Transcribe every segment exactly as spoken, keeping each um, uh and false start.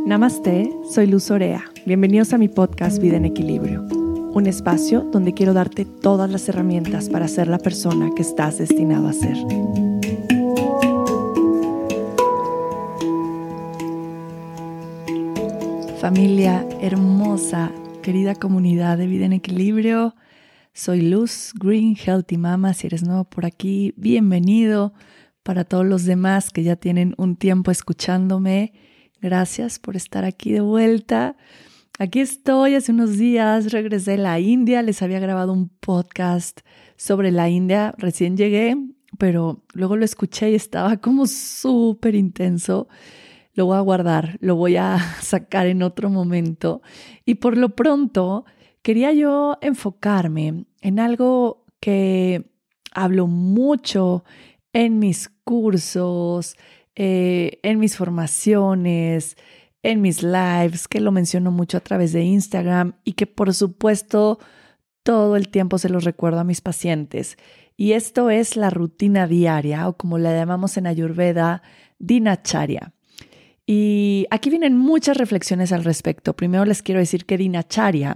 Namaste, soy Luz Orea. Bienvenidos a mi podcast Vida en Equilibrio, un espacio donde quiero darte todas las herramientas para ser la persona que estás destinado a ser. Familia hermosa, querida comunidad de Vida en Equilibrio, soy Luz, Green Healthy Mama. Si eres nuevo por aquí, bienvenido. Para todos los demás que ya tienen un tiempo escuchándome, gracias por estar aquí de vuelta. Aquí estoy, hace unos días regresé a la India, les había grabado un podcast sobre la India, recién llegué, pero luego lo escuché y estaba como súper intenso. Lo voy a guardar, lo voy a sacar en otro momento. Y por lo pronto quería yo enfocarme en algo que hablo mucho en mis cursos, eh, en mis formaciones, en mis lives, que lo menciono mucho a través de Instagram y que por supuesto todo el tiempo se los recuerdo a mis pacientes. Y esto es la rutina diaria, o como la llamamos en Ayurveda, Dinacharya. Y aquí vienen muchas reflexiones al respecto. Primero les quiero decir que Dinacharya,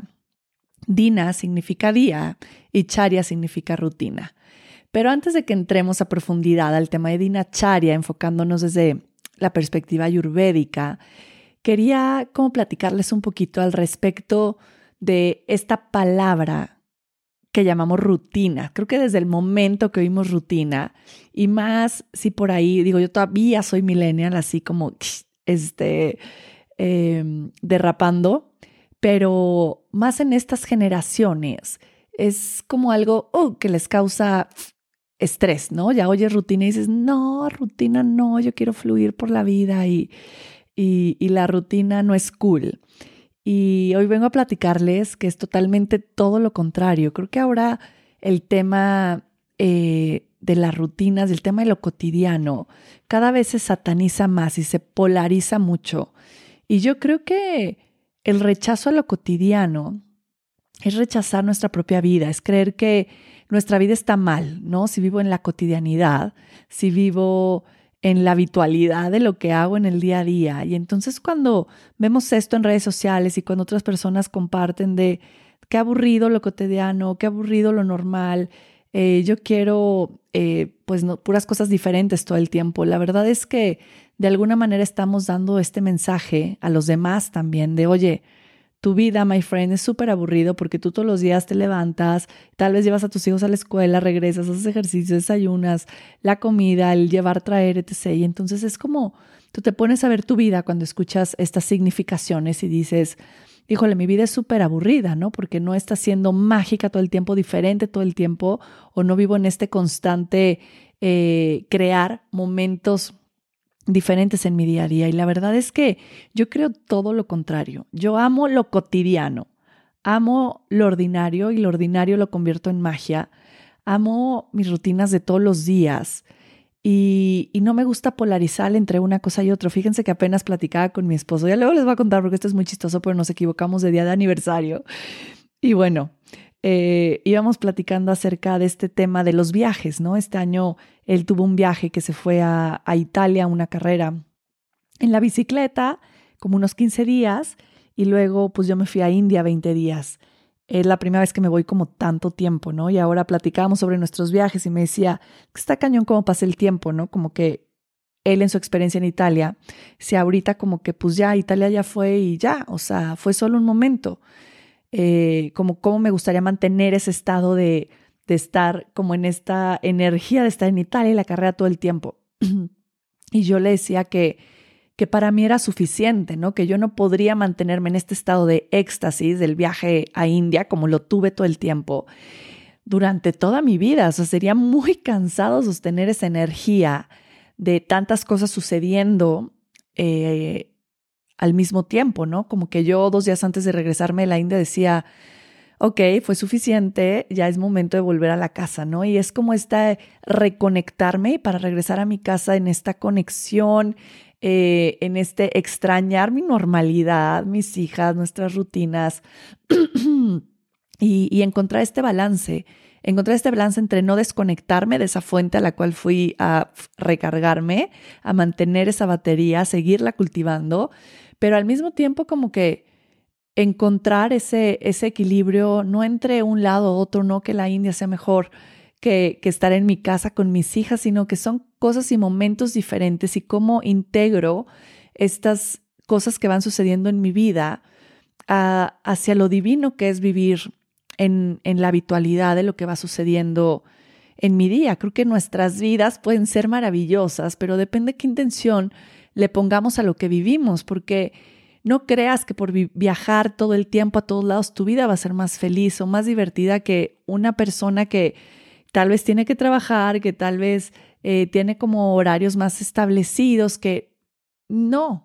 Dina significa día y Charya significa rutina. Pero antes de que entremos a profundidad al tema de Dinacharya, enfocándonos desde la perspectiva ayurvédica, quería como platicarles un poquito al respecto de esta palabra que llamamos rutina. Creo que desde el momento que oímos rutina, y más si por ahí, digo, yo todavía soy millennial, así como este, eh, derrapando, pero más en estas generaciones es como algo oh, que les causa estrés, ¿no? Ya oyes rutina y dices, no, rutina no, yo quiero fluir por la vida y, y, y la rutina no es cool. Y hoy vengo a platicarles que es totalmente todo lo contrario. Creo que ahora el tema eh, de las rutinas, el tema de lo cotidiano, cada vez se sataniza más y se polariza mucho. Y yo creo que el rechazo a lo cotidiano es rechazar nuestra propia vida, es creer que nuestra vida está mal, ¿no? Si vivo en la cotidianidad, si vivo en la habitualidad de lo que hago en el día a día. Y entonces cuando vemos esto en redes sociales y cuando otras personas comparten de qué aburrido lo cotidiano, qué aburrido lo normal, eh, yo quiero eh, pues no, puras cosas diferentes todo el tiempo. La verdad es que de alguna manera estamos dando este mensaje a los demás también de, oye, tu vida, my friend, es súper aburrido porque tú todos los días te levantas, tal vez llevas a tus hijos a la escuela, regresas, haces ejercicio, desayunas, la comida, el llevar, traer, etcétera. Y entonces es como, tú te pones a ver tu vida cuando escuchas estas significaciones y dices, híjole, mi vida es súper aburrida, ¿no? Porque no está siendo mágica todo el tiempo, diferente todo el tiempo, o no vivo en este constante eh, crear momentos diferentes en mi día a día. Y la verdad es que yo creo todo lo contrario. Yo amo lo cotidiano, amo lo ordinario y lo ordinario lo convierto en magia. Amo mis rutinas de todos los días y, y no me gusta polarizar entre una cosa y otra. Fíjense que apenas platicaba con mi esposo. Ya luego les voy a contar porque esto es muy chistoso, pero nos equivocamos de día de aniversario. Y bueno, eh, íbamos platicando acerca de este tema de los viajes, ¿no? Este año él tuvo un viaje que se fue a, a Italia, una carrera en la bicicleta, como unos quince días, y luego pues yo me fui a India veinte días. Es la primera vez que me voy como tanto tiempo, ¿no? Y ahora platicábamos sobre nuestros viajes y me decía, está cañón cómo pasa el tiempo, ¿no? Como que él en su experiencia en Italia, si ahorita como que pues ya Italia ya fue y ya, o sea, fue solo un momento. Eh, como cómo me gustaría mantener ese estado de, de estar como en esta energía de estar en Italia y la carrera todo el tiempo. Y yo le decía que, que para mí era suficiente, ¿no? Que yo no podría mantenerme en este estado de éxtasis del viaje a India como lo tuve todo el tiempo durante toda mi vida. O sea, sería muy cansado sostener esa energía de tantas cosas sucediendo eh, al mismo tiempo, ¿no? Como que yo dos días antes de regresarme de la India decía, ok, fue suficiente, ya es momento de volver a la casa, ¿no? Y es como esta reconectarme para regresar a mi casa en esta conexión, eh, en este extrañar mi normalidad, mis hijas, nuestras rutinas y, y encontrar este balance, encontrar este balance entre no desconectarme de esa fuente a la cual fui a recargarme, a mantener esa batería, a seguirla cultivando, pero al mismo tiempo como que encontrar ese, ese equilibrio, no entre un lado u otro, no que la India sea mejor que, que estar en mi casa con mis hijas, sino que son cosas y momentos diferentes y cómo integro estas cosas que van sucediendo en mi vida a, hacia lo divino que es vivir en, en la habitualidad de lo que va sucediendo en mi día. Creo que nuestras vidas pueden ser maravillosas, pero depende qué intención le pongamos a lo que vivimos, porque no creas que por vi- viajar todo el tiempo a todos lados tu vida va a ser más feliz o más divertida que una persona que tal vez tiene que trabajar, que tal vez eh, tiene como horarios más establecidos, que no.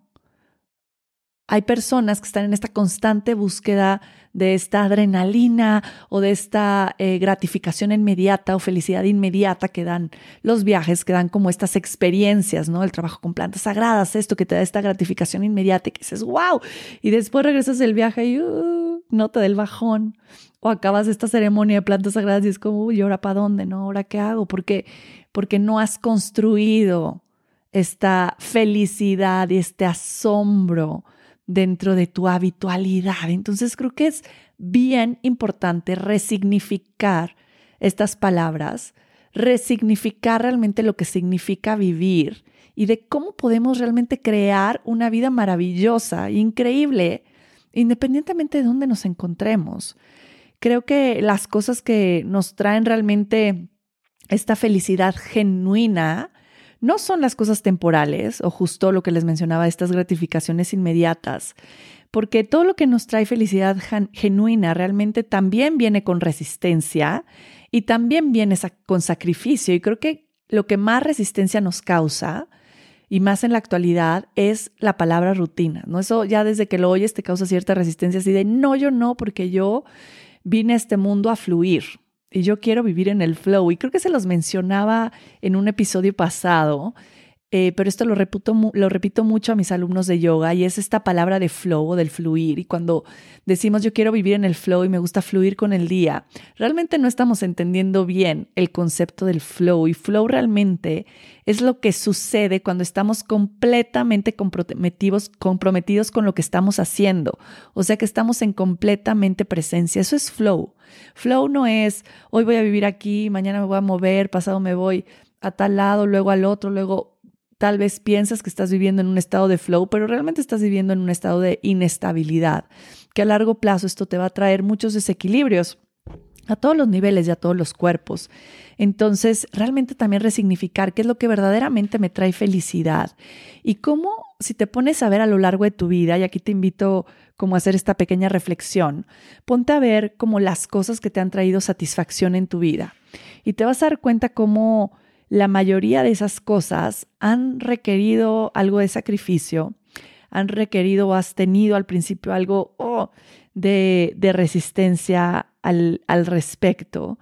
Hay personas que están en esta constante búsqueda de esta adrenalina o de esta eh, gratificación inmediata o felicidad inmediata que dan los viajes, que dan como estas experiencias, ¿no? El trabajo con plantas sagradas, esto que te da esta gratificación inmediata y que dices, wow, y después regresas del viaje y uh, no te da el bajón. O acabas esta ceremonia de plantas sagradas y es como, uy, ¿y ahora para dónde? ¿No? ¿Ahora qué hago? Porque, porque no has construido esta felicidad y este asombro dentro de tu habitualidad. Entonces creo que es bien importante resignificar estas palabras, resignificar realmente lo que significa vivir y de cómo podemos realmente crear una vida maravillosa, increíble, independientemente de dónde nos encontremos. Creo que las cosas que nos traen realmente esta felicidad genuina no son las cosas temporales o justo lo que les mencionaba, estas gratificaciones inmediatas, porque todo lo que nos trae felicidad genuina realmente también viene con resistencia y también viene con sacrificio. Y creo que lo que más resistencia nos causa, y más en la actualidad, es la palabra rutina, ¿no? Eso ya desde que lo oyes te causa cierta resistencia así de no, yo no, porque yo vine a este mundo a fluir. Y yo quiero vivir en el flow. Y creo que se los mencionaba en un episodio pasado, eh, pero esto lo repito, lo repito mucho a mis alumnos de yoga y es esta palabra de flow o del fluir. Y cuando decimos yo quiero vivir en el flow y me gusta fluir con el día, realmente no estamos entendiendo bien el concepto del flow. Y flow realmente es lo que sucede cuando estamos completamente comprometidos, comprometidos con lo que estamos haciendo. O sea que estamos en completamente presencia. Eso es flow. Flow no es hoy voy a vivir aquí, mañana me voy a mover, pasado me voy a tal lado, luego al otro, luego tal vez piensas que estás viviendo en un estado de flow, pero realmente estás viviendo en un estado de inestabilidad, que a largo plazo esto te va a traer muchos desequilibrios a todos los niveles y a todos los cuerpos. Entonces, realmente también resignificar qué es lo que verdaderamente me trae felicidad y cómo, si te pones a ver a lo largo de tu vida, y aquí te invito como a hacer esta pequeña reflexión, ponte a ver como las cosas que te han traído satisfacción en tu vida y te vas a dar cuenta cómo la mayoría de esas cosas han requerido algo de sacrificio, han requerido o has tenido al principio algo oh, de, de resistencia al, al respecto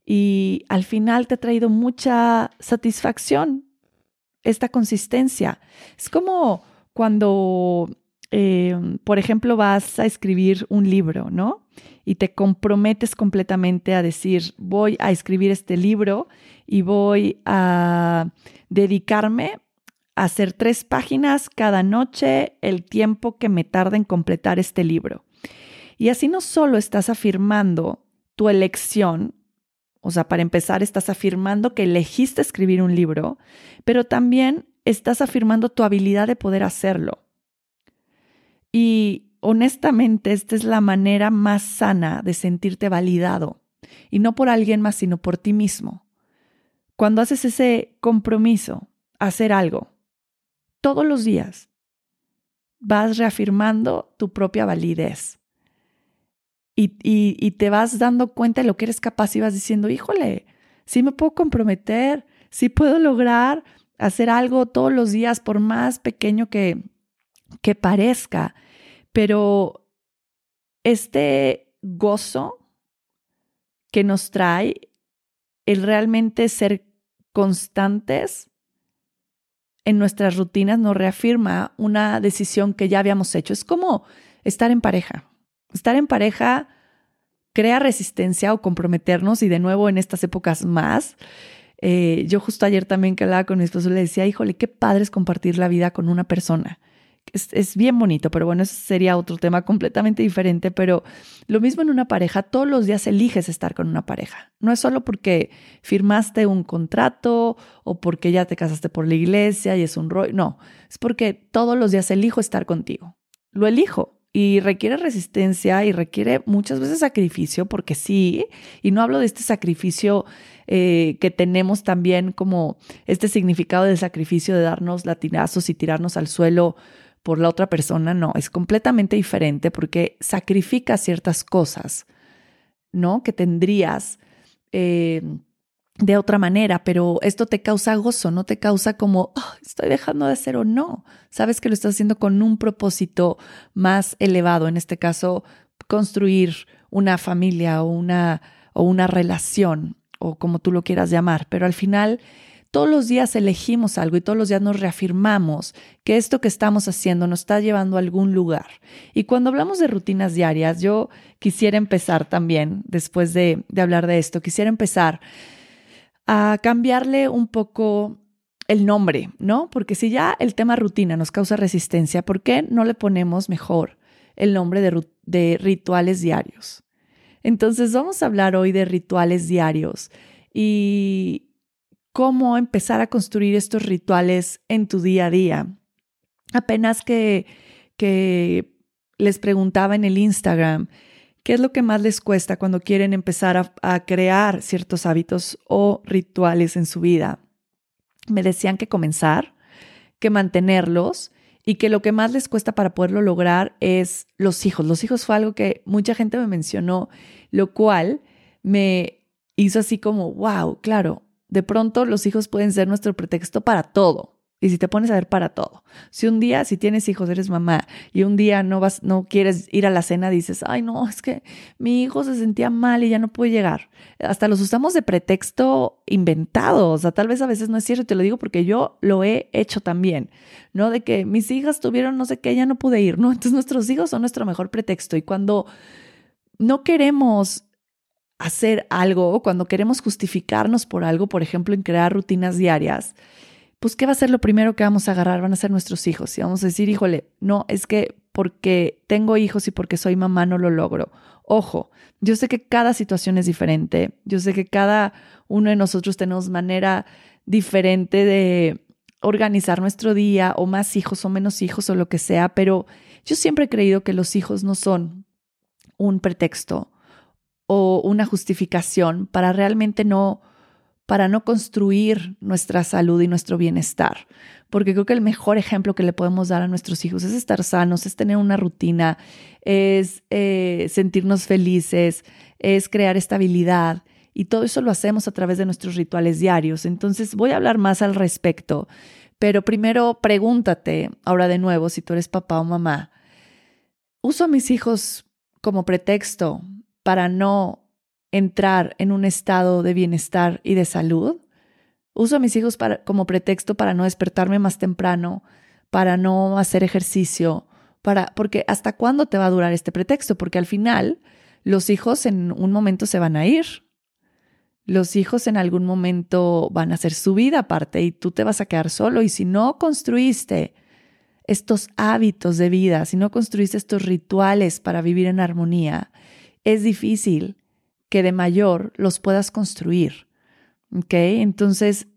y al final te ha traído mucha satisfacción esta consistencia. Es como cuando, eh, por ejemplo, vas a escribir un libro, ¿no? Y te comprometes completamente a decir, voy a escribir este libro y voy a dedicarme a hacer tres páginas cada noche el tiempo que me tarda en completar este libro. Y así no solo estás afirmando tu elección, o sea, para empezar estás afirmando que elegiste escribir un libro, pero también estás afirmando tu habilidad de poder hacerlo. Y honestamente, esta es la manera más sana de sentirte validado, y no por alguien más, sino por ti mismo. Cuando haces ese compromiso a hacer algo, todos los días vas reafirmando tu propia validez. Y, y, y te vas dando cuenta de lo que eres capaz y vas diciendo, híjole, sí me puedo comprometer, sí puedo lograr hacer algo todos los días, por más pequeño que, que parezca. Pero este gozo que nos trae el realmente ser constantes en nuestras rutinas nos reafirma una decisión que ya habíamos hecho. Es como estar en pareja. Estar en pareja crea resistencia o comprometernos y de nuevo en estas épocas más. Eh, yo justo ayer también que hablaba con mi esposo le decía, híjole, qué padre es compartir la vida con una persona Es, es bien bonito, pero bueno, ese sería otro tema completamente diferente. Pero lo mismo en una pareja, todos los días eliges estar con una pareja. No es solo porque firmaste un contrato o porque ya te casaste por la iglesia y es un rollo. No, es porque todos los días elijo estar contigo. Lo elijo y requiere resistencia y requiere muchas veces sacrificio, porque sí, y no hablo de este sacrificio eh, que tenemos también como este significado de sacrificio de darnos latigazos y tirarnos al suelo por la otra persona. No, es completamente diferente porque sacrificas ciertas cosas, ¿no? Que tendrías eh, de otra manera, pero esto te causa gozo, no te causa como, oh, estoy dejando de hacer o no. Sabes que lo estás haciendo con un propósito más elevado, en este caso, construir una familia o una, o una relación, o como tú lo quieras llamar, pero al final todos los días elegimos algo y todos los días nos reafirmamos que esto que estamos haciendo nos está llevando a algún lugar. Y cuando hablamos de rutinas diarias, yo quisiera empezar también, después de, de hablar de esto, quisiera empezar a cambiarle un poco el nombre, ¿no? Porque si ya el tema rutina nos causa resistencia, ¿por qué no le ponemos mejor el nombre de, de rituales diarios? Entonces vamos a hablar hoy de rituales diarios y cómo empezar a construir estos rituales en tu día a día. Apenas que, que les preguntaba en el Instagram, ¿qué es lo que más les cuesta cuando quieren empezar a, a crear ciertos hábitos o rituales en su vida? Me decían que comenzar, que mantenerlos y que lo que más les cuesta para poderlo lograr es los hijos. Los hijos fue algo que mucha gente me mencionó, lo cual me hizo así como, wow, claro, de pronto los hijos pueden ser nuestro pretexto para todo. Y si te pones a ver, para todo. Si un día, si tienes hijos, eres mamá y un día no vas, no quieres ir a la cena, dices, ay no, es que mi hijo se sentía mal y ya no puede llegar. Hasta los usamos de pretexto inventado. O sea, tal vez a veces no es cierto, te lo digo porque yo lo he hecho también, ¿no? De que mis hijas tuvieron no sé qué, ya no pude ir, ¿no? Entonces nuestros hijos son nuestro mejor pretexto. Y cuando no queremos hacer algo, cuando queremos justificarnos por algo, por ejemplo, en crear rutinas diarias, pues ¿qué va a ser lo primero que vamos a agarrar? Van a ser nuestros hijos. Y vamos a decir, híjole, no, es que porque tengo hijos y porque soy mamá no lo logro. Ojo, yo sé que cada situación es diferente. Yo sé que cada uno de nosotros tenemos manera diferente de organizar nuestro día, o más hijos o menos hijos o lo que sea, pero yo siempre he creído que los hijos no son un pretexto o una justificación para realmente no para no construir nuestra salud y nuestro bienestar. Porque creo que el mejor ejemplo que le podemos dar a nuestros hijos es estar sanos, es tener una rutina, es eh, sentirnos felices, es crear estabilidad. Y todo eso lo hacemos a través de nuestros rituales diarios. Entonces voy a hablar más al respecto. Pero primero pregúntate, ahora de nuevo, si tú eres papá o mamá, ¿uso a mis hijos como pretexto para no entrar en un estado de bienestar y de salud? ¿Uso a mis hijos para, como pretexto para no despertarme más temprano, para no hacer ejercicio? Para, porque ¿hasta cuándo te va a durar este pretexto? Porque al final los hijos en un momento se van a ir. Los hijos en algún momento van a hacer su vida aparte y tú te vas a quedar solo. Y si no construiste estos hábitos de vida, si no construiste estos rituales para vivir en armonía, es difícil que de mayor los puedas construir, ¿ok? Entonces,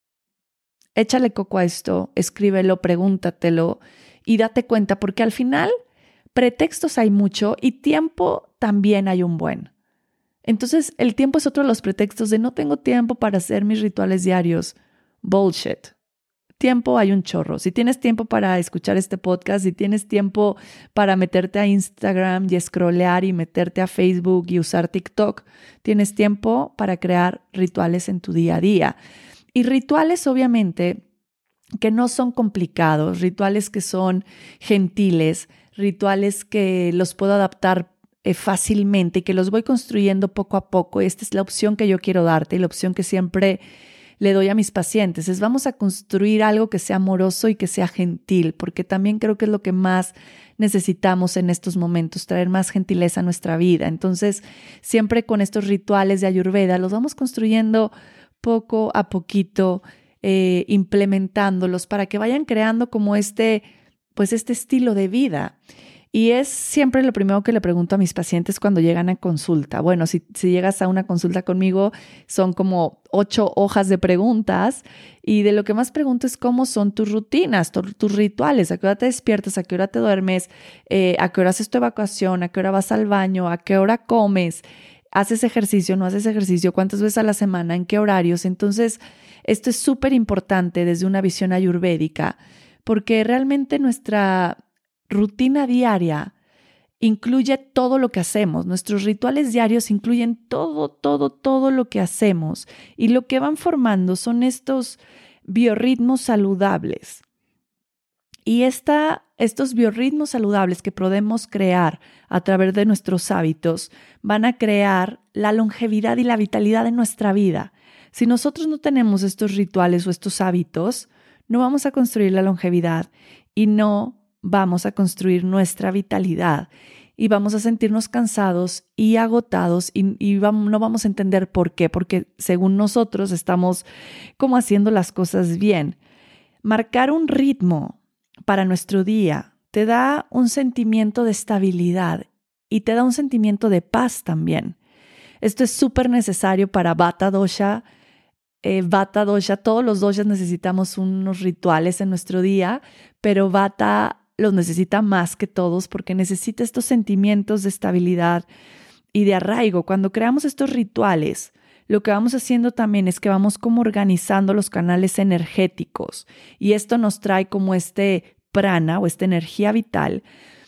échale coco a esto, escríbelo, pregúntatelo y date cuenta, porque al final pretextos hay mucho y tiempo también hay un buen. Entonces, el tiempo es otro de los pretextos de no tengo tiempo para hacer mis rituales diarios. Bullshit. Tiempo hay un chorro. Si tienes tiempo para escuchar este podcast, si tienes tiempo para meterte a Instagram y scrollear y meterte a Facebook y usar TikTok, tienes tiempo para crear rituales en tu día a día. Y rituales, obviamente, que no son complicados, rituales que son gentiles, rituales que los puedo adaptar eh, fácilmente y que los voy construyendo poco a poco. Esta es la opción que yo quiero darte y la opción que siempre le doy a mis pacientes, es vamos a construir algo que sea amoroso y que sea gentil, porque también creo que es lo que más necesitamos en estos momentos, traer más gentileza a nuestra vida. Entonces, siempre con estos rituales de Ayurveda, los vamos construyendo poco a poquito, eh, implementándolos para que vayan creando como este pues este estilo de vida. Y es siempre lo primero que le pregunto a mis pacientes cuando llegan a consulta. Bueno, si, si llegas a una consulta conmigo, son como ocho hojas de preguntas y de lo que más pregunto es cómo son tus rutinas, tu, tus rituales, a qué hora te despiertas, a qué hora te duermes, eh, a qué hora haces tu evacuación, a qué hora vas al baño, a qué hora comes, haces ejercicio, no haces ejercicio, cuántas veces a la semana, en qué horarios. Entonces, esto es súper importante desde una visión ayurvédica porque realmente nuestra rutina diaria incluye todo lo que hacemos. Nuestros rituales diarios incluyen todo, todo, todo lo que hacemos. Y lo que van formando son estos biorritmos saludables. Y esta, estos biorritmos saludables que podemos crear a través de nuestros hábitos van a crear la longevidad y la vitalidad de nuestra vida. Si nosotros no tenemos estos rituales o estos hábitos, no vamos a construir la longevidad y no vamos a construir nuestra vitalidad y vamos a sentirnos cansados y agotados y, y vamos, no vamos a entender por qué, porque según nosotros estamos como haciendo las cosas bien. Marcar un ritmo para nuestro día te da un sentimiento de estabilidad y te da un sentimiento de paz también. Esto es súper necesario para Vata Dosha. Eh, Vata Dosha, todos los doshas necesitamos unos rituales en nuestro día, pero Vata los necesita más que todos porque necesita estos sentimientos de estabilidad y de arraigo. Cuando creamos estos rituales, lo que vamos haciendo también es que vamos como organizando los canales energéticos y esto nos trae como este prana o esta energía vital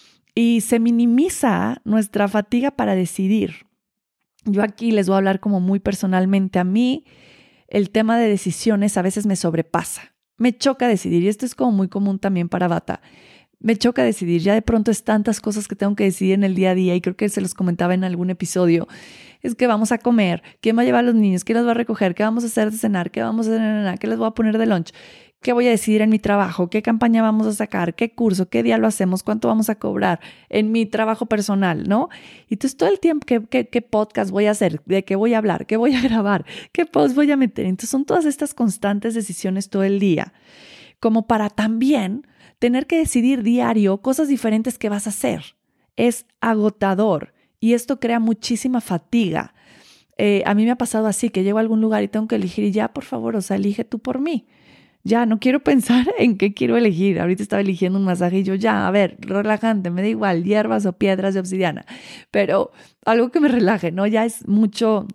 y se minimiza nuestra fatiga para decidir. Yo aquí les voy a hablar como muy personalmente. A mí el tema de decisiones a veces me sobrepasa, me choca decidir y esto es como muy común también para Vata. Me choca decidir, ya de pronto es tantas cosas que tengo que decidir en el día a día y creo que se los comentaba en algún episodio. Es que vamos a comer, quién va a llevar a los niños, quién los va a recoger, qué vamos a hacer de cenar, qué vamos a hacer, qué les voy a poner de lunch, qué voy a decidir en mi trabajo, qué campaña vamos a sacar, qué curso, qué día lo hacemos, cuánto vamos a cobrar en mi trabajo personal, ¿no? Y entonces todo el tiempo, ¿qué, qué, qué podcast voy a hacer? ¿De qué voy a hablar? ¿Qué voy a grabar? ¿Qué post voy a meter? Entonces son todas estas constantes decisiones todo el día, como para también tener que decidir diario cosas diferentes que vas a hacer. Es agotador y esto crea muchísima fatiga. Eh, a mí me ha pasado así, que llego a algún lugar y tengo que elegir y ya, por favor, o sea, elige tú por mí. Ya, no quiero pensar en qué quiero elegir. Ahorita estaba eligiendo un masaje y yo ya, a ver, relajante, me da igual, hierbas o piedras de obsidiana, pero algo que me relaje, ¿no? Ya es mucho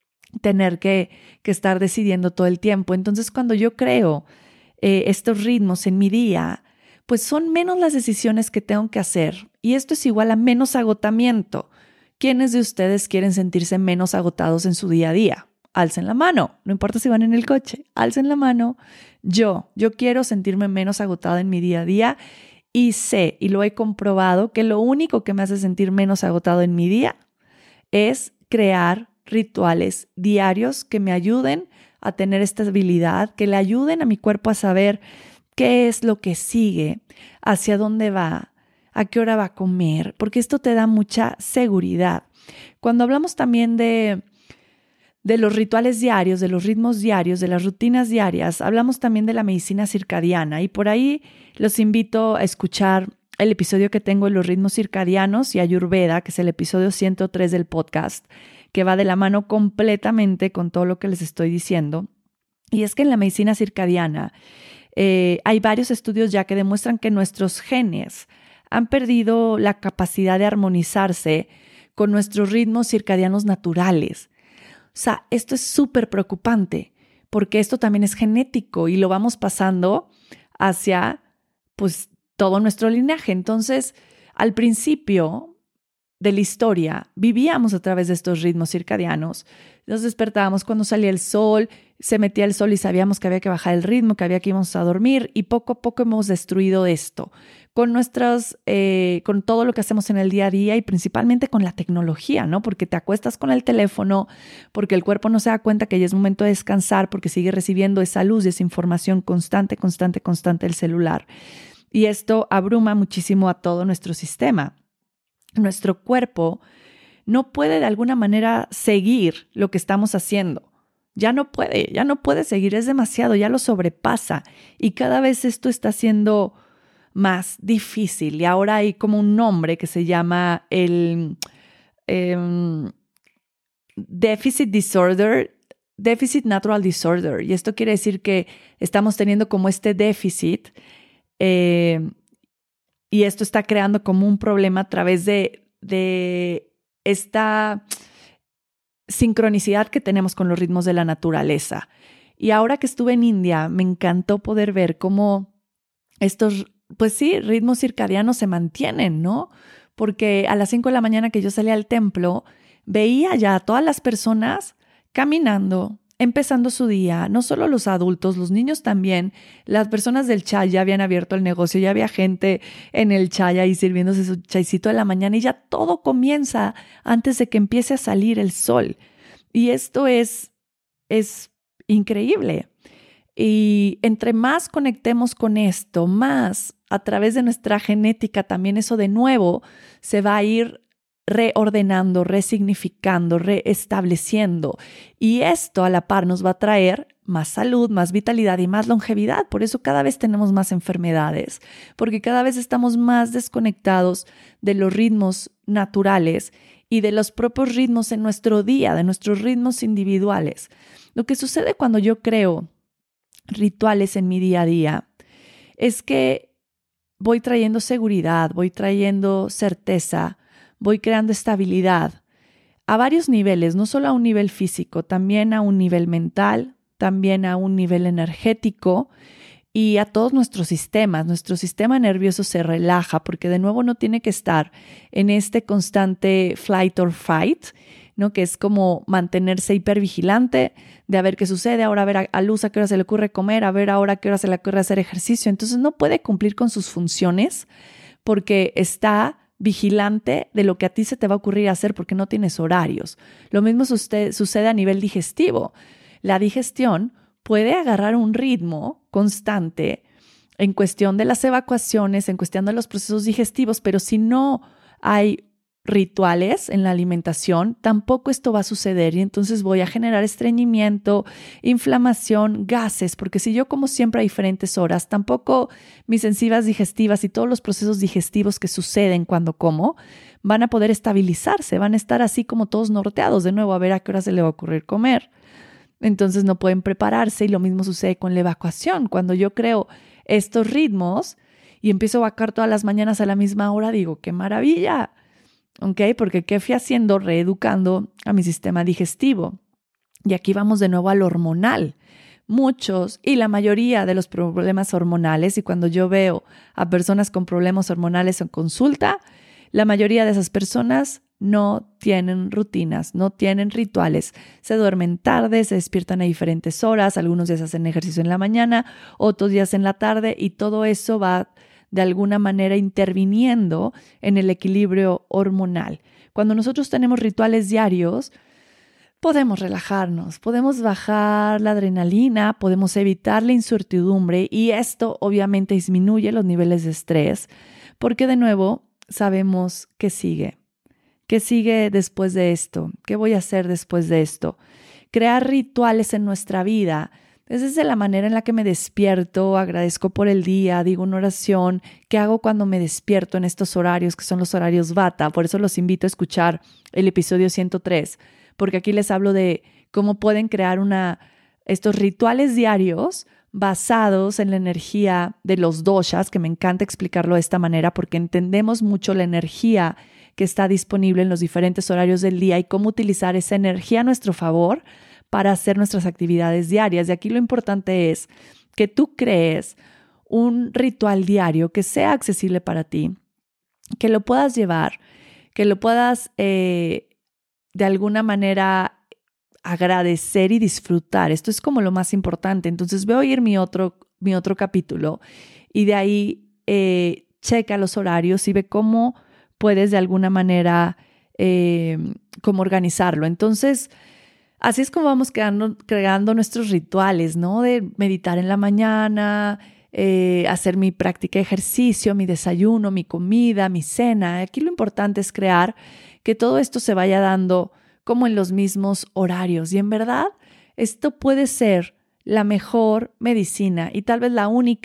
tener que, que estar decidiendo todo el tiempo. Entonces, cuando yo creo eh, estos ritmos en mi día, pues son menos las decisiones que tengo que hacer y esto es igual a menos agotamiento. ¿Quiénes de ustedes quieren sentirse menos agotados en su día a día? Alcen la mano, no importa si van en el coche, alcen la mano. Yo, yo quiero sentirme menos agotada en mi día a día y sé y lo he comprobado que lo único que me hace sentir menos agotado en mi día es crear rituales diarios que me ayuden a tener estabilidad, que le ayuden a mi cuerpo a saber qué es lo que sigue, hacia dónde va, a qué hora va a comer, porque esto te da mucha seguridad. Cuando hablamos también de, de los rituales diarios, de los ritmos diarios, de las rutinas diarias, hablamos también de la medicina circadiana y por ahí los invito a escuchar el episodio que tengo de los ritmos circadianos y Ayurveda, que es el episodio ciento tres del podcast, que va de la mano completamente con todo lo que les estoy diciendo. Y es que en la medicina circadiana Eh, hay varios estudios ya que demuestran que nuestros genes han perdido la capacidad de armonizarse con nuestros ritmos circadianos naturales. O sea, esto es súper preocupante porque esto también es genético y lo vamos pasando hacia pues todo nuestro linaje. Entonces, al principio de la historia, vivíamos a través de estos ritmos circadianos. Nos despertábamos cuando salía el sol, se metía el sol y sabíamos que había que bajar el ritmo, que había que íbamos a dormir y poco a poco hemos destruido esto con nuestras, eh, con todo lo que hacemos en el día a día y principalmente con la tecnología, ¿no? Porque te acuestas con el teléfono, porque el cuerpo no se da cuenta que ya es momento de descansar, porque sigue recibiendo esa luz y esa información constante, constante, constante del celular. Y esto abruma muchísimo a todo nuestro sistema. Nuestro cuerpo no puede de alguna manera seguir lo que estamos haciendo. Ya no puede, ya no puede seguir, es demasiado, ya lo sobrepasa. Y cada vez esto está siendo más difícil. Y ahora hay como un nombre que se llama el eh, Deficit Disorder, Deficit Natural Disorder. Y esto quiere decir que estamos teniendo como este déficit eh, y esto está creando como un problema a través de, de esta sincronicidad que tenemos con los ritmos de la naturaleza. Y ahora que estuve en India, me encantó poder ver cómo estos, pues sí, ritmos circadianos se mantienen, ¿no? Porque a las cinco de la mañana que yo salía al templo, veía ya a todas las personas caminando, empezando su día, no solo los adultos, los niños también. Las personas del chai ya habían abierto el negocio, ya había gente en el chai ahí sirviéndose su chaicito de la mañana y ya todo comienza antes de que empiece a salir el sol. Y esto es, es increíble. Y entre más conectemos con esto, más a través de nuestra genética también eso de nuevo se va a ir reordenando, resignificando, reestableciendo. Y esto a la par nos va a traer más salud, más vitalidad y más longevidad. Por eso cada vez tenemos más enfermedades, porque cada vez estamos más desconectados de los ritmos naturales y de los propios ritmos en nuestro día, de nuestros ritmos individuales. Lo que sucede cuando yo creo rituales en mi día a día es que voy trayendo seguridad, voy trayendo certeza, voy creando estabilidad a varios niveles, no solo a un nivel físico, también a un nivel mental, también a un nivel energético y a todos nuestros sistemas. Nuestro sistema nervioso se relaja porque de nuevo no tiene que estar en este constante flight or fight, ¿no? Que es como mantenerse hipervigilante de a ver qué sucede, ahora a ver a, a Luz a qué hora se le ocurre comer, a ver ahora a qué hora se le ocurre hacer ejercicio. Entonces no puede cumplir con sus funciones porque está vigilante de lo que a ti se te va a ocurrir hacer porque no tienes horarios. Lo mismo sucede, sucede a nivel digestivo. La digestión puede agarrar un ritmo constante en cuestión de las evacuaciones, en cuestión de los procesos digestivos, pero si no hay rituales en la alimentación, tampoco esto va a suceder y entonces voy a generar estreñimiento, inflamación, gases, porque si yo como siempre a diferentes horas, tampoco mis enzimas digestivas y todos los procesos digestivos que suceden cuando como van a poder estabilizarse, van a estar así como todos norteados, de nuevo a ver a qué hora se le va a ocurrir comer. Entonces no pueden prepararse y lo mismo sucede con la evacuación. Cuando yo creo estos ritmos y empiezo a evacuar todas las mañanas a la misma hora, digo, ¡qué maravilla! ¿Ok? Porque ¿qué fui haciendo? Reeducando a mi sistema digestivo. Y aquí vamos de nuevo al hormonal. Muchos y la mayoría de los problemas hormonales, y cuando yo veo a personas con problemas hormonales en consulta, la mayoría de esas personas no tienen rutinas, no tienen rituales. Se duermen tarde, se despiertan a diferentes horas, algunos días hacen ejercicio en la mañana, otros días en la tarde, y todo eso va de alguna manera interviniendo en el equilibrio hormonal. Cuando nosotros tenemos rituales diarios, podemos relajarnos, podemos bajar la adrenalina, podemos evitar la incertidumbre y esto obviamente disminuye los niveles de estrés porque de nuevo sabemos qué sigue. ¿Qué sigue después de esto? ¿Qué voy a hacer después de esto? Crear rituales en nuestra vida. Es desde la manera en la que me despierto, agradezco por el día, digo una oración, ¿qué hago cuando me despierto en estos horarios que son los horarios Vata? Por eso los invito a escuchar el episodio ciento tres, porque aquí les hablo de cómo pueden crear una, estos rituales diarios basados en la energía de los doshas, que me encanta explicarlo de esta manera porque entendemos mucho la energía que está disponible en los diferentes horarios del día y cómo utilizar esa energía a nuestro favor para hacer nuestras actividades diarias. Y aquí lo importante es que tú crees un ritual diario que sea accesible para ti, que lo puedas llevar, que lo puedas eh, de alguna manera agradecer y disfrutar. Esto es como lo más importante. Entonces voy a oír mi otro, mi otro capítulo y de ahí eh, checa los horarios y ve cómo puedes de alguna manera eh, cómo organizarlo. Entonces, así es como vamos quedando, creando nuestros rituales, ¿no? De meditar en la mañana, eh, hacer mi práctica de ejercicio, mi desayuno, mi comida, mi cena. Aquí lo importante es crear que todo esto se vaya dando como en los mismos horarios. Y en verdad, esto puede ser la mejor medicina y tal vez la única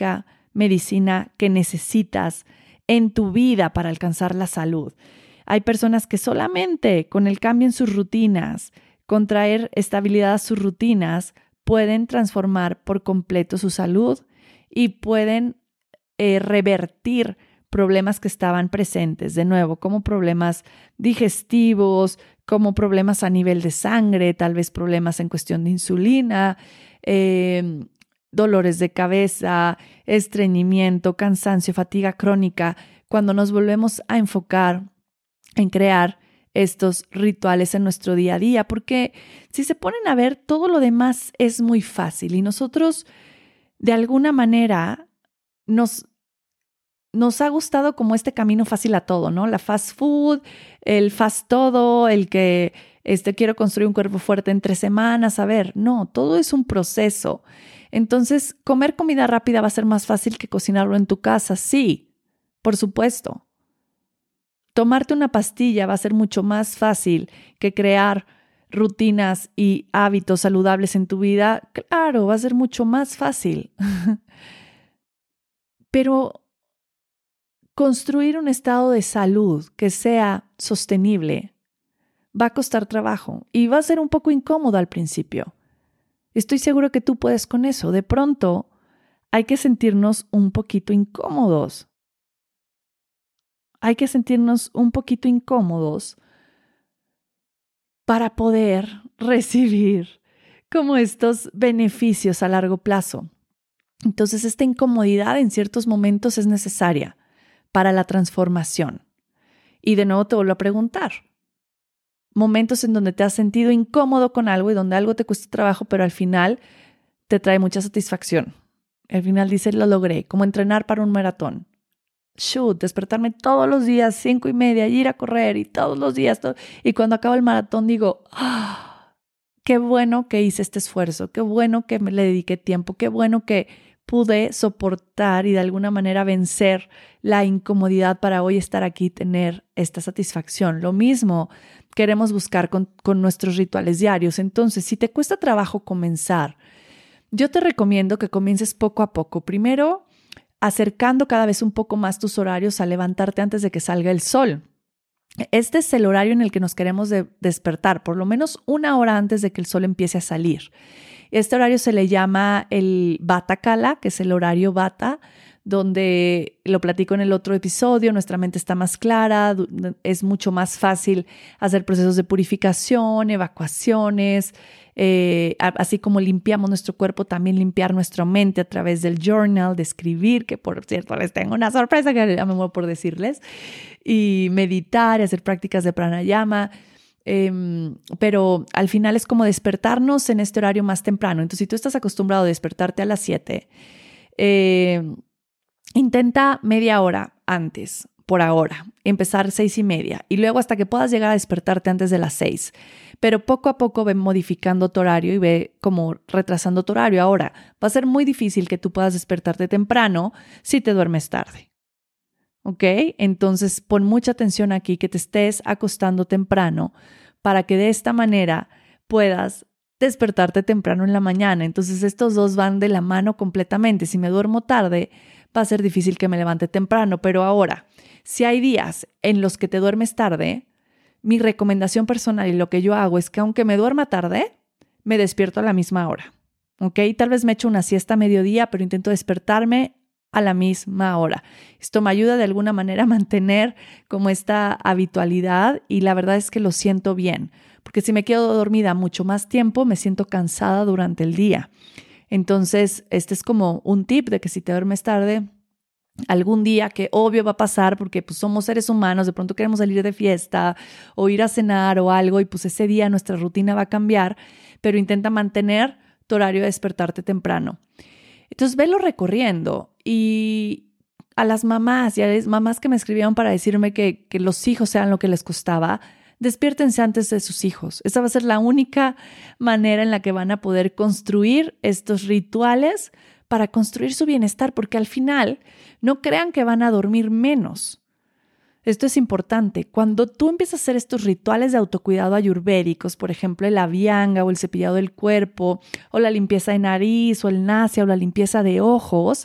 medicina que necesitas en tu vida para alcanzar la salud. Hay personas que solamente con el cambio en sus rutinas, con traer estabilidad a sus rutinas, pueden transformar por completo su salud y pueden eh, revertir problemas que estaban presentes, de nuevo, como problemas digestivos, como problemas a nivel de sangre, tal vez problemas en cuestión de insulina, eh, dolores de cabeza, estreñimiento, cansancio, fatiga crónica, cuando nos volvemos a enfocar en crear estos rituales en nuestro día a día, porque si se ponen a ver, todo lo demás es muy fácil y nosotros de alguna manera nos, nos ha gustado como este camino fácil a todo, ¿no? La fast food, el fast todo, el que este, quiero construir un cuerpo fuerte en tres semanas, a ver, no, todo es un proceso. Entonces, comer comida rápida va a ser más fácil que cocinarlo en tu casa, sí, por supuesto. Tomarte una pastilla va a ser mucho más fácil que crear rutinas y hábitos saludables en tu vida. Claro, va a ser mucho más fácil. Pero construir un estado de salud que sea sostenible va a costar trabajo y va a ser un poco incómodo al principio. Estoy seguro que tú puedes con eso. De pronto hay que sentirnos un poquito incómodos. Hay que sentirnos un poquito incómodos para poder recibir como estos beneficios a largo plazo. Entonces, esta incomodidad en ciertos momentos es necesaria para la transformación. Y de nuevo te vuelvo a preguntar. Momentos en donde te has sentido incómodo con algo y donde algo te cuesta trabajo, pero al final te trae mucha satisfacción. Al final dices, lo logré, como entrenar para un maratón. Shoot, despertarme todos los días, cinco y media, y ir a correr y todos los días. Todo, y cuando acabo el maratón digo, ah, qué bueno que hice este esfuerzo, qué bueno que me le dediqué tiempo, qué bueno que pude soportar y de alguna manera vencer la incomodidad para hoy estar aquí y tener esta satisfacción. Lo mismo queremos buscar con, con nuestros rituales diarios. Entonces, si te cuesta trabajo comenzar, yo te recomiendo que comiences poco a poco. Primero, acercando cada vez un poco más tus horarios a levantarte antes de que salga el sol. Este es el horario en el que nos queremos de despertar, por lo menos una hora antes de que el sol empiece a salir. Este horario se le llama el Vata Kala, que es el horario Vata, donde lo platico en el otro episodio, nuestra mente está más clara, es mucho más fácil hacer procesos de purificación, evacuaciones, eh, así como limpiamos nuestro cuerpo, también limpiar nuestra mente a través del journal, de escribir, que por cierto les tengo una sorpresa que ya me muero por decirles, y meditar y hacer prácticas de pranayama. Eh, pero al final es como despertarnos en este horario más temprano. Entonces, si tú estás acostumbrado a despertarte a las siete, eh, intenta media hora antes, por ahora, empezar seis y media y luego hasta que puedas llegar a despertarte antes de las seis. Pero poco a poco ve modificando tu horario y ve como retrasando tu horario. Ahora, va a ser muy difícil que tú puedas despertarte temprano si te duermes tarde. ¿Ok? Entonces pon mucha atención aquí, que te estés acostando temprano para que de esta manera puedas despertarte temprano en la mañana. Entonces estos dos van de la mano completamente. Si me duermo tarde, va a ser difícil que me levante temprano. Pero ahora, si hay días en los que te duermes tarde, mi recomendación personal y lo que yo hago es que aunque me duerma tarde, me despierto a la misma hora. ¿Ok? Tal vez me echo una siesta a mediodía, pero intento despertarme a la misma hora. Esto me ayuda de alguna manera a mantener como esta habitualidad y la verdad es que lo siento bien, porque si me quedo dormida mucho más tiempo, me siento cansada durante el día. Entonces, este es como un tip de que si te duermes tarde, algún día, que obvio va a pasar porque pues somos seres humanos, de pronto queremos salir de fiesta o ir a cenar o algo y pues ese día nuestra rutina va a cambiar, pero intenta mantener tu horario de despertarte temprano. Entonces, velo recorriendo y a las mamás, y a las mamás que me escribieron para decirme que, que los hijos sean lo que les costaba, despiértense antes de sus hijos. Esa va a ser la única manera en la que van a poder construir estos rituales para construir su bienestar, porque al final no crean que van a dormir menos. Esto es importante. Cuando tú empiezas a hacer estos rituales de autocuidado ayurvédicos, por ejemplo, el abhyanga o el cepillado del cuerpo, o la limpieza de nariz, o el nasya, o la limpieza de ojos,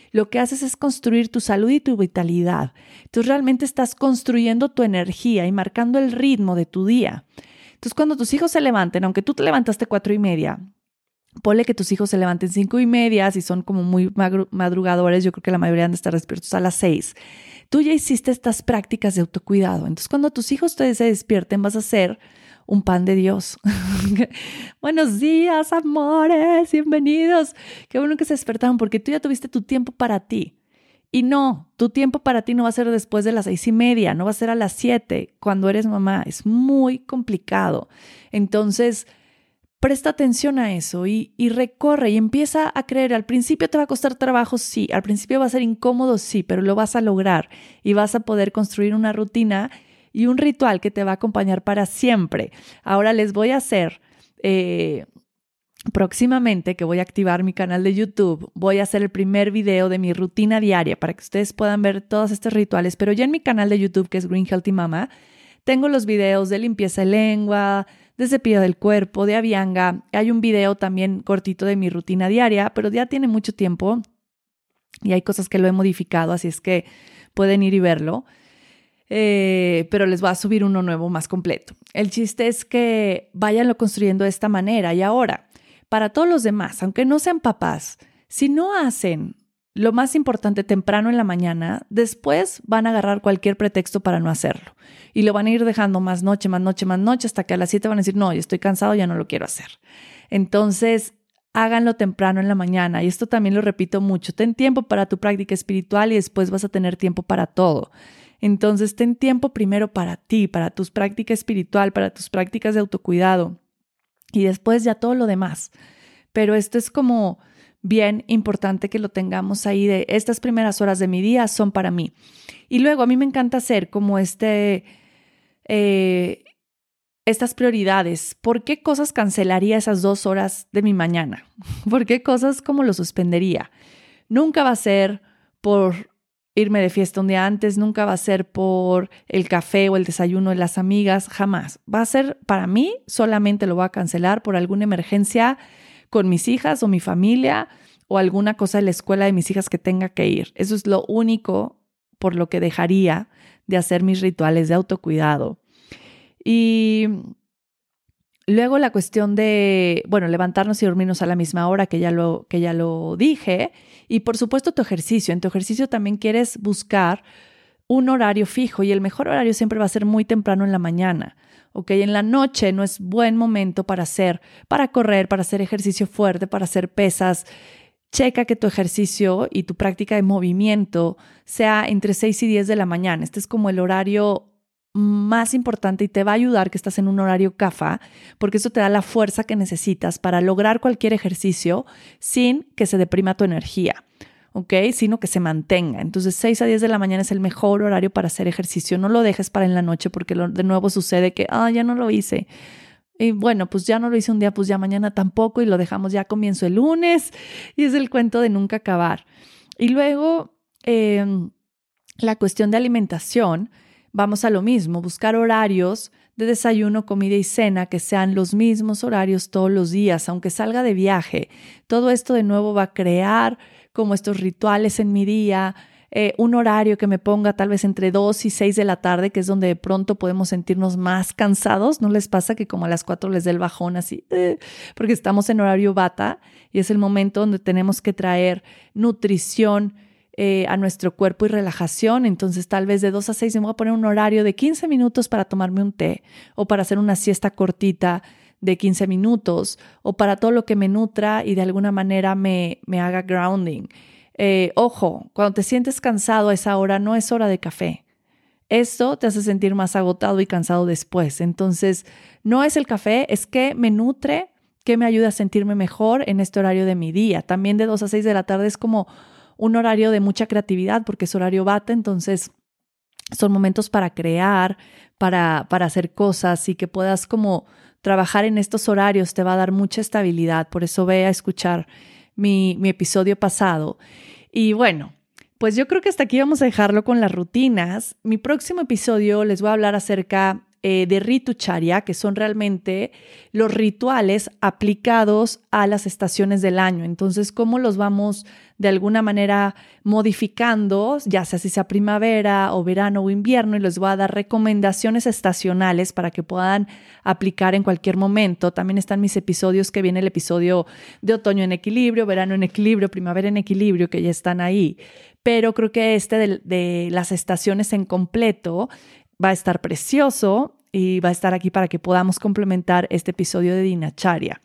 lo que haces es construir tu salud y tu vitalidad. Entonces realmente estás construyendo tu energía y marcando el ritmo de tu día. Entonces cuando tus hijos se levanten, aunque tú te levantaste cuatro y media, ponle que tus hijos se levanten cinco y media, si son como muy madrugadores, yo creo que la mayoría han de estar despiertos a las seis. Tú ya hiciste estas prácticas de autocuidado. Entonces cuando tus hijos te se despierten, vas a hacer un pan de Dios. Buenos días, amores, bienvenidos. Qué bueno que se despertaron porque tú ya tuviste tu tiempo para ti. Y no, tu tiempo para ti no va a ser después de las seis y media, no va a ser a las siete cuando eres mamá. Es muy complicado. Entonces, presta atención a eso y, y recorre y empieza a creer. Al principio te va a costar trabajo, sí. Al principio va a ser incómodo, sí, pero lo vas a lograr y vas a poder construir una rutina y un ritual que te va a acompañar para siempre. Ahora les voy a hacer, eh, próximamente que voy a activar mi canal de YouTube, voy a hacer el primer video de mi rutina diaria para que ustedes puedan ver todos estos rituales. Pero ya en mi canal de YouTube, que es Green Healthy Mama, tengo los videos de limpieza de lengua, de cepillo del cuerpo, de Avianga. Hay un video también cortito de mi rutina diaria, pero ya tiene mucho tiempo y hay cosas que lo he modificado, así es que pueden ir y verlo. Eh, pero les voy a subir uno nuevo más completo. El chiste es que váyanlo construyendo de esta manera. Y ahora, para todos los demás, aunque no sean papás, si no hacen lo más importante temprano en la mañana, después van a agarrar cualquier pretexto para no hacerlo. Y lo van a ir dejando más noche, más noche, más noche, hasta que a las siete van a decir, no, yo estoy cansado, ya no lo quiero hacer. Entonces, háganlo temprano en la mañana. Y esto también lo repito mucho. Ten tiempo para tu práctica espiritual y después vas a tener tiempo para todo. Entonces, ten tiempo primero para ti, para tus prácticas espiritual, para tus prácticas de autocuidado y después ya todo lo demás. Pero esto es como bien importante que lo tengamos ahí de estas primeras horas de mi día son para mí. Y luego a mí me encanta hacer como este, eh, estas prioridades. ¿Por qué cosas cancelaría esas dos horas de mi mañana? ¿Por qué cosas como lo suspendería? Nunca va a ser por irme de fiesta un día antes, nunca va a ser por el café o el desayuno de las amigas, jamás. Va a ser para mí, solamente lo voy a cancelar por alguna emergencia con mis hijas o mi familia o alguna cosa de la escuela de mis hijas que tenga que ir. Eso es lo único por lo que dejaría de hacer mis rituales de autocuidado. Y luego la cuestión de, bueno, levantarnos y dormirnos a la misma hora, que ya lo, que ya lo dije. Y por supuesto tu ejercicio. En tu ejercicio también quieres buscar un horario fijo y el mejor horario siempre va a ser muy temprano en la mañana. ¿Ok? En la noche no es buen momento para hacer, para correr, para hacer ejercicio fuerte, para hacer pesas. Checa que tu ejercicio y tu práctica de movimiento sea entre seis y diez de la mañana. Este es como el horario más importante y te va a ayudar que estás en un horario C A F A, porque eso te da la fuerza que necesitas para lograr cualquier ejercicio sin que se deprima tu energía, ¿ok? Sino que se mantenga. Entonces, seis a diez de la mañana es el mejor horario para hacer ejercicio. No lo dejes para en la noche porque lo, de nuevo sucede que, ah, ya no lo hice. Y bueno, pues ya no lo hice un día, pues ya mañana tampoco y lo dejamos, ya comienzo el lunes y es el cuento de nunca acabar. Y luego, eh, la cuestión de alimentación. Vamos a lo mismo, buscar horarios de desayuno, comida y cena que sean los mismos horarios todos los días, aunque salga de viaje. Todo esto de nuevo va a crear como estos rituales en mi día, eh, un horario que me ponga tal vez entre dos y seis de la tarde, que es donde de pronto podemos sentirnos más cansados. ¿No les pasa que como a las cuatro les dé el bajón así? Eh, porque estamos en horario bata y es el momento donde tenemos que traer nutrición Eh, a nuestro cuerpo y relajación. Entonces tal vez de dos a seis me voy a poner un horario de quince minutos para tomarme un té o para hacer una siesta cortita de quince minutos o para todo lo que me nutra y de alguna manera me, me haga grounding. Eh, ojo, cuando te sientes cansado a esa hora no es hora de café. Esto te hace sentir más agotado y cansado después. Entonces no es el café, es que me nutre, que me ayuda a sentirme mejor en este horario de mi día. También de dos a seis de la tarde es como un horario de mucha creatividad porque es horario bata, entonces son momentos para crear, para, para hacer cosas y que puedas como trabajar en estos horarios te va a dar mucha estabilidad. Por eso ve a escuchar mi, mi episodio pasado. Y bueno, pues yo creo que hasta aquí vamos a dejarlo con las rutinas. Mi próximo episodio les voy a hablar acerca eh, de Ritucharya, que son realmente los rituales aplicados a las estaciones del año. Entonces, cómo los vamos de alguna manera modificando, ya sea si sea primavera o verano o invierno, y les voy a dar recomendaciones estacionales para que puedan aplicar en cualquier momento. También están mis episodios, que viene el episodio de otoño en equilibrio, verano en equilibrio, primavera en equilibrio, que ya están ahí. Pero creo que este de, de las estaciones en completo va a estar precioso y va a estar aquí para que podamos complementar este episodio de Dinacharya.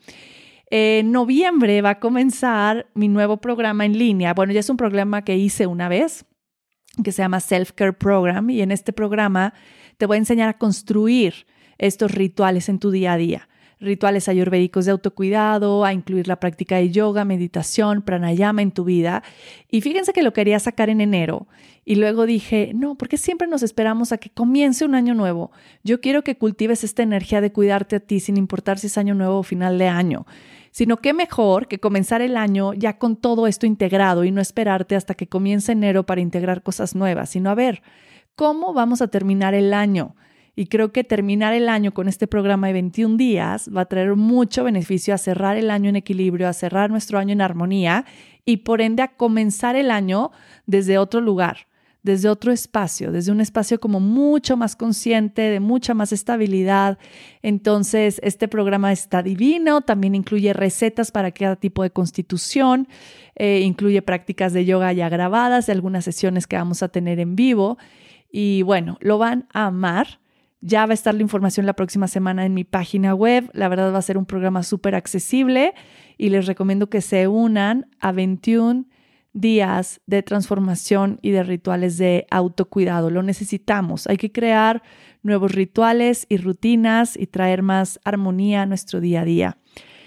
En noviembre va a comenzar mi nuevo programa en línea. Bueno, ya es un programa que hice una vez, que se llama Self-Care Program, y en este programa te voy a enseñar a construir estos rituales en tu día a día. Rituales ayurvédicos de autocuidado, a incluir la práctica de yoga, meditación, pranayama en tu vida. Y fíjense que lo quería sacar en enero y luego dije, no, ¿por qué siempre nos esperamos a que comience un año nuevo? Yo quiero que cultives esta energía de cuidarte a ti sin importar si es año nuevo o final de año. Sino qué mejor que comenzar el año ya con todo esto integrado y no esperarte hasta que comience enero para integrar cosas nuevas, sino a ver, ¿cómo vamos a terminar el año? Y creo que terminar el año con este programa de veintiún días va a traer mucho beneficio a cerrar el año en equilibrio, a cerrar nuestro año en armonía y por ende a comenzar el año desde otro lugar, desde otro espacio, desde un espacio como mucho más consciente, de mucha más estabilidad. Entonces, este programa está divino, también incluye recetas para cada tipo de constitución, eh, incluye prácticas de yoga ya grabadas, de algunas sesiones que vamos a tener en vivo y bueno, lo van a amar. Ya va a estar la información la próxima semana en mi página web. La verdad va a ser un programa súper accesible y les recomiendo que se unan a veintiún días de transformación y de rituales de autocuidado. Lo necesitamos. Hay que crear nuevos rituales y rutinas y traer más armonía a nuestro día a día.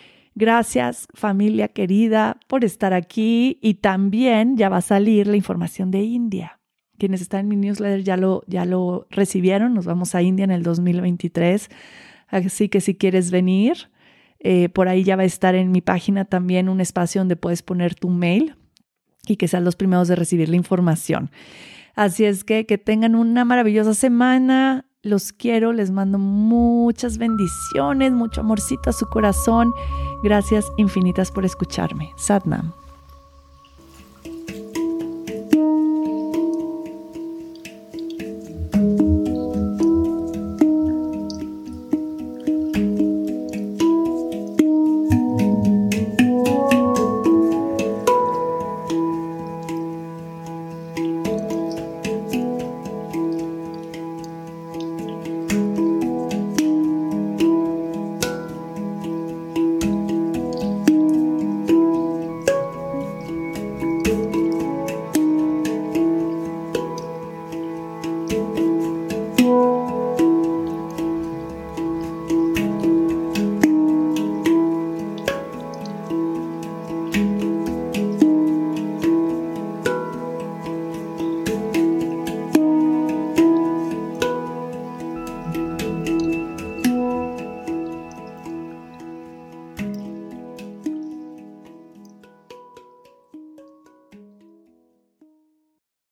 Gracias, familia querida, por estar aquí y también ya va a salir la información de India. Quienes están en mi newsletter ya lo, ya lo recibieron. Nos vamos a India en el dos mil veintitrés. Así que si quieres venir, eh, por ahí ya va a estar en mi página también un espacio donde puedes poner tu mail y que sean los primeros de recibir la información. Así es que que tengan una maravillosa semana. Los quiero, les mando muchas bendiciones, mucho amorcito a su corazón. Gracias infinitas por escucharme. Sat Nam.